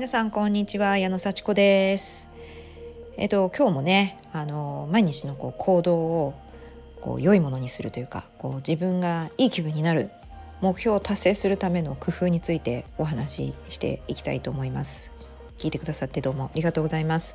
皆さんこんにちは、矢野幸子です。今日もね、毎日の行動を良いものにするというか、自分がいい気分になる目標を達成するための工夫についてお話ししていきたいと思います。聞いてくださってどうもありがとうございます。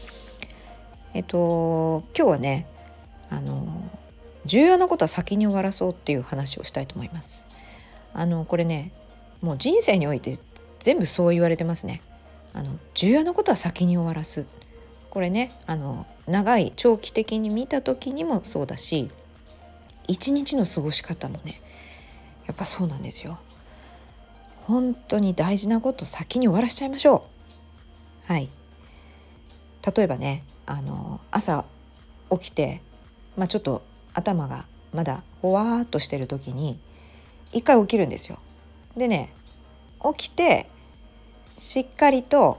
今日はね、重要なことは先に終わらそうっていう話をしたいと思います。これね、もう人生において全部そう言われてますね。重要なことは先に終わらす。これね、長い長期的に見た時にもそうだし、一日の過ごし方もね、やっぱそうなんですよ。本当に大事なこと先に終わらしちゃいましょう。はい。例えばね、朝起きて、ちょっと頭がまだほわーっとしてる時に一回起きるんですよ。でね、起きてしっかりと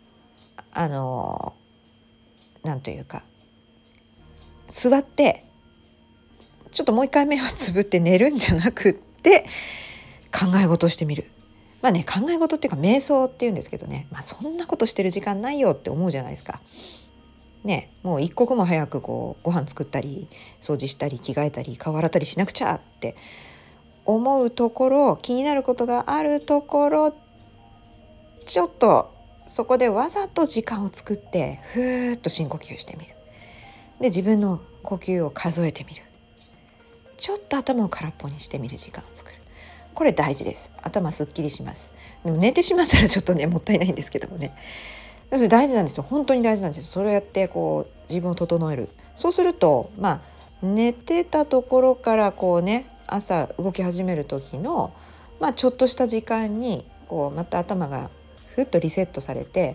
なんというか座ってちょっともう一回目をつぶって寝るんじゃなくって考え事をしてみる。考え事っていうか瞑想っていうんですけどね、そんなことしてる時間ないよって思うじゃないですかね。もう一刻も早くご飯作ったり掃除したり着替えたり顔洗ったりしなくちゃって思うところ、気になることがあるところ、ちょっとそこでわざと時間を作ってふーっと深呼吸してみる。で、自分の呼吸を数えてみる。ちょっと頭を空っぽにしてみる時間を作る。これ大事です。頭すっきりします。でも寝てしまったらちょっとねもったいないんですけどもね、それ大事なんですよ。本当に大事なんですよ。それをやって自分を整える。そうすると寝てたところから朝動き始める時のちょっとした時間にまた頭がふっとリセットされて、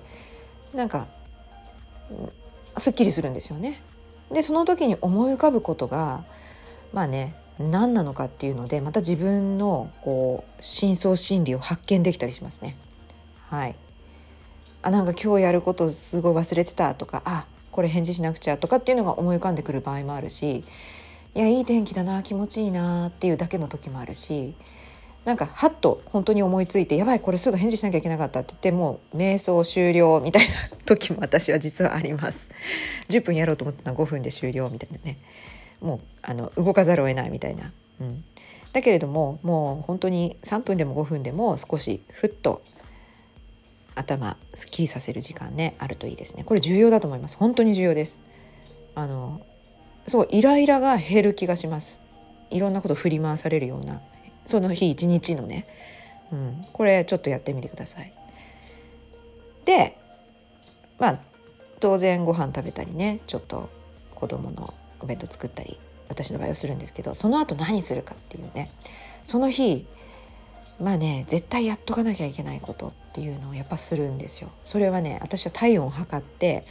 すっきりするんですよね。で、その時に思い浮かぶことが何なのかっていうので、また自分の深層心理を発見できたりしますね。はい。今日やることすごい忘れてたとか、これ返事しなくちゃとかっていうのが思い浮かんでくる場合もあるし、いい天気だな、気持ちいいなっていうだけの時もあるし、はっと本当に思いついて、やばいこれすぐ返事しなきゃいけなかったって言ってもう瞑想終了みたいな時も私は実はあります。10分やろうと思ったら5分で終了みたいなね、もう動かざるを得ないみたいな、だけれどももう本当に3分でも5分でも少しふっと頭すっきりさせる時間ねあるといいですね。これ重要だと思います。本当に重要です。そうイライラが減る気がします。いろんなこと振り回されるようなその日一日のね、これちょっとやってみてください。で、当然ご飯食べたりね、ちょっと子供のお弁当作ったり私の場合はするんですけど、その後何するかっていうね、その日絶対やっとかなきゃいけないことっていうのをやっぱするんですよ。それはね、私は体温を測って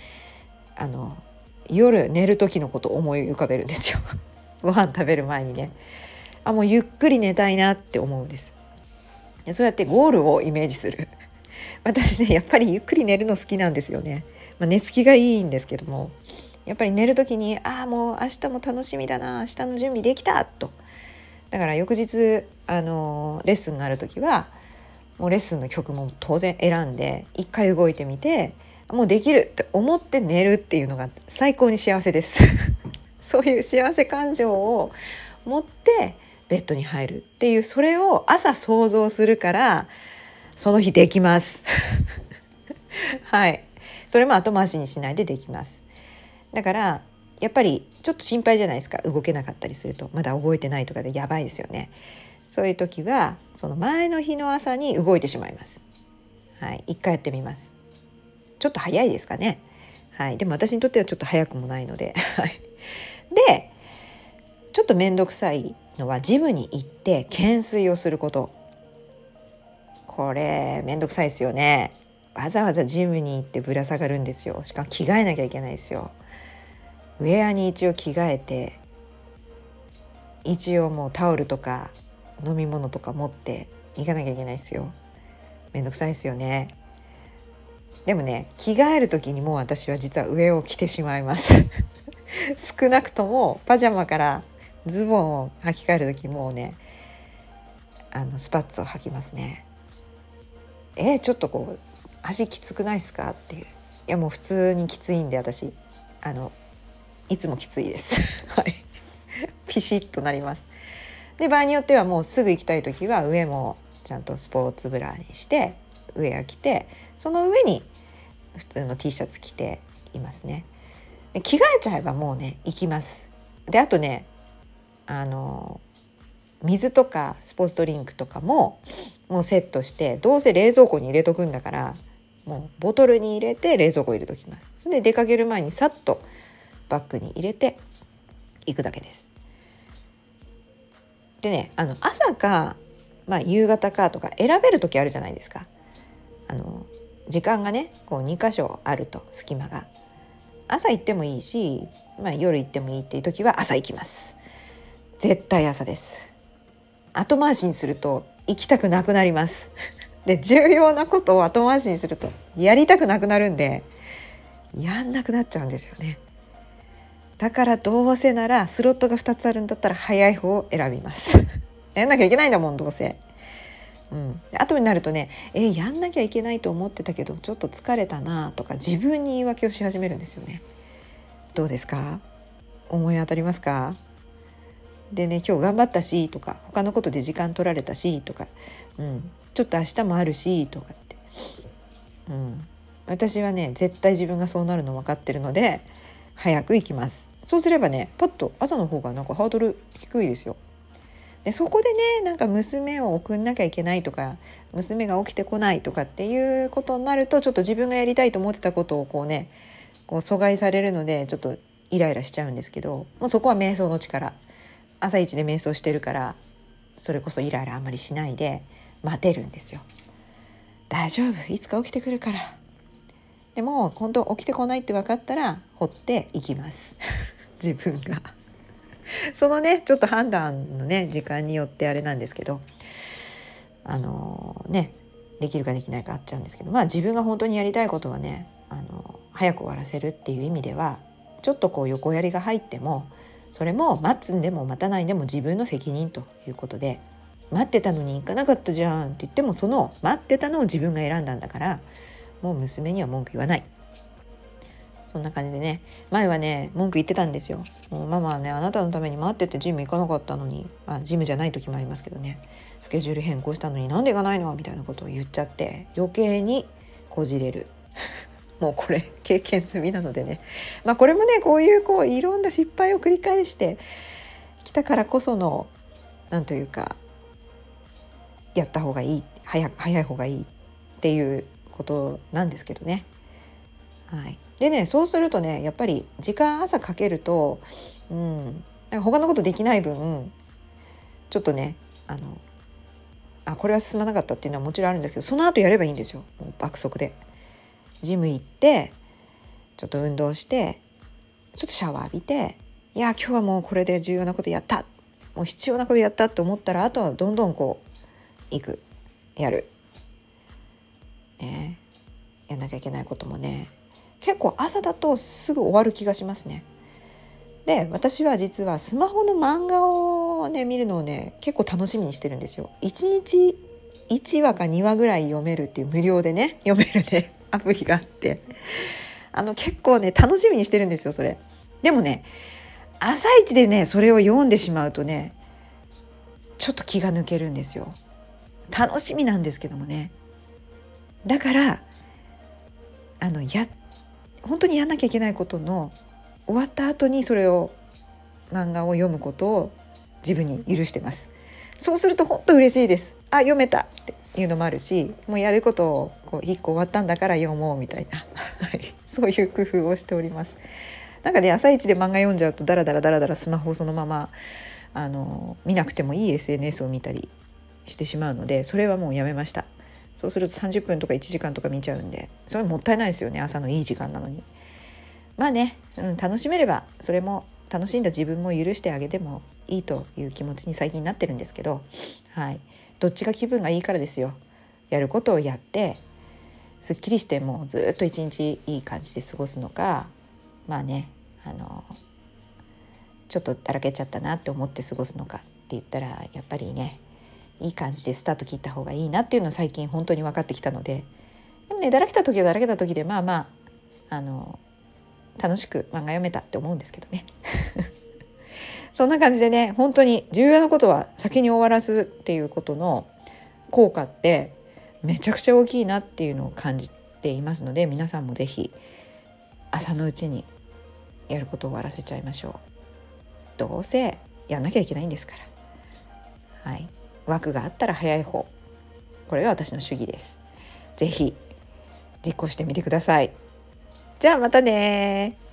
夜寝る時のことを思い浮かべるんですよご飯食べる前にね、もうゆっくり寝たいなって思うんです。で、そうやってゴールをイメージする私ね、やっぱりゆっくり寝るの好きなんですよね。寝つきがいいんですけども、やっぱり寝る時にもう明日も楽しみだな、明日の準備できたと。だから翌日レッスンがある時はもうレッスンの曲も当然選んで一回動いてみて、もうできるって思って寝るっていうのが最高に幸せですそういう幸せ感情を持ってベッドに入るっていう、それを朝想像するからその日できますはい、それも後回しにしないでできます。だからやっぱりちょっと心配じゃないですか、動けなかったりすると、まだ覚えてないとかでやばいですよね。そういう時はその前の日の朝に動いてしまいます。はい、一回やってみます。ちょっと早いですかね。はい、でも私にとってはちょっと早くもないのでで、ちょっと面倒くさいのはジムに行って懸垂をすること。これ面倒くさいですよね。わざわざジムに行ってぶら下がるんですよ。しかも着替えなきゃいけないですよ。ウェアに一応着替えて、一応もうタオルとか飲み物とか持って行かなきゃいけないですよ。めんどくさいですよね。でもね、着替える時にもう私は実は上を着てしまいます少なくともパジャマからズボンを履き替える時もうね、スパッツを履きますね。ちょっと足きつくないですかっていう。いやもう普通にきついんで私いつもきついですはいピシッとなります。で場合によってはもうすぐ行きたい時は上もちゃんとスポーツブラにしてウェア着て、その上に普通の T シャツ着ていますね。で着替えちゃえばもうね行きます。であとね水とかスポーツドリンクとかももうセットして、どうせ冷蔵庫に入れとくんだからもうボトルに入れて冷蔵庫入れときます。それで出かける前にさっとバッグに入れて行くだけです。でね朝か、夕方かとか選べる時あるじゃないですか。時間がねこう2箇所あると隙間が、朝行ってもいいし、夜行ってもいいっていう時は朝行きます。絶対朝です。後回しにすると行きたくなくなりますで重要なことを後回しにするとやりたくなくなるんでやんなくなっちゃうんですよね。だからどうせならスロットが2つあるんだったら早い方を選びますやんなきゃいけないんだもんどうせ。後になるとねやんなきゃいけないと思ってたけどちょっと疲れたなとか自分に言い訳をし始めるんですよね。どうですか？思い当たりますか？でね今日頑張ったしとか他のことで時間取られたしとか、ちょっと明日もあるしとかって、私はね絶対自分がそうなるの分かってるので早く行きます。そうすればねパッと朝の方がなんかハードル低いですよ。でそこでねなんか娘を送んなきゃいけないとか娘が起きてこないとかっていうことになるとちょっと自分がやりたいと思ってたことをこう阻害されるのでちょっとイライラしちゃうんですけど、もうそこは瞑想の力、朝一で瞑想してるからそれこそイライラあんまりしないで待てるんですよ。大丈夫いつか起きてくるから。でも本当起きてこないって分かったら放っていきます自分がそのねちょっと判断のね時間によってあれなんですけどできるかできないかあっちゃうんですけど、自分が本当にやりたいことはね早く終わらせるっていう意味ではちょっとこう横やりが入ってもそれも待つんでも待たないんでも自分の責任ということで、待ってたのに行かなかったじゃんって言ってもその待ってたのを自分が選んだんだからもう娘には文句言わない。そんな感じでね前はね文句言ってたんですよ。もうママはねあなたのために待っててジム行かなかったのに、ジムじゃない時もありますけどねスケジュール変更したのになんで行かないのみたいなことを言っちゃって余計にこじれるもうこれ経験済みなのでね、これもねこういういろんな失敗を繰り返してきたからこそのなんというかやった方がいい早い方がいいっていうことなんですけどね。でねそうするとねやっぱり時間朝かけると、なんか他のことできない分ちょっとねこれは進まなかったっていうのはもちろんあるんですけどその後やればいいんですよ。もう爆速でジム行ってちょっと運動してちょっとシャワー浴びて今日はもうこれで重要なことやったもう必要なことやったと思ったらあとはどんどん行くやる、やんなきゃいけないこともね結構朝だとすぐ終わる気がしますね。で私は実はスマホの漫画をね見るのをね結構楽しみにしてるんですよ。1日1話か2話ぐらい読めるっていう無料でね読めるねアプリがあって結構ね楽しみにしてるんですよそれ。でもね朝一でねそれを読んでしまうとねちょっと気が抜けるんですよ。楽しみなんですけどもね。だから本当にやんなきゃいけないことの終わった後にそれを漫画を読むことを自分に許してます。そうすると本当嬉しいです。読めたっていうのもあるしもうやることを1個終わったんだから読もうみたいなそういう工夫をしております。なんかね朝一で漫画読んじゃうとダラダラスマホをそのまま見なくてもいい SNS を見たりしてしまうのでそれはもうやめました。そうすると30分とか1時間とか見ちゃうんでそれもったいないですよね。朝のいい時間なのに楽しめればそれも楽しんだ自分も許してあげてもいいという気持ちに最近なってるんですけど、どっちが気分がいいからですよ。やることをやってすっきりしてもうずっと一日いい感じで過ごすのかちょっとだらけちゃったなって思って過ごすのかって言ったらやっぱりねいい感じでスタート切った方がいいなっていうのを最近本当に分かってきたのででもね、だらけた時はだらけた時で楽しく漫画読めたって思うんですけどねそんな感じでね、本当に重要なことは先に終わらすっていうことの効果ってめちゃくちゃ大きいなっていうのを感じていますので、皆さんもぜひ朝のうちにやることを終わらせちゃいましょう。どうせやらなきゃいけないんですから。はい、枠があったら早い方、これが私の主義です。ぜひ実行してみてください。じゃあまたね。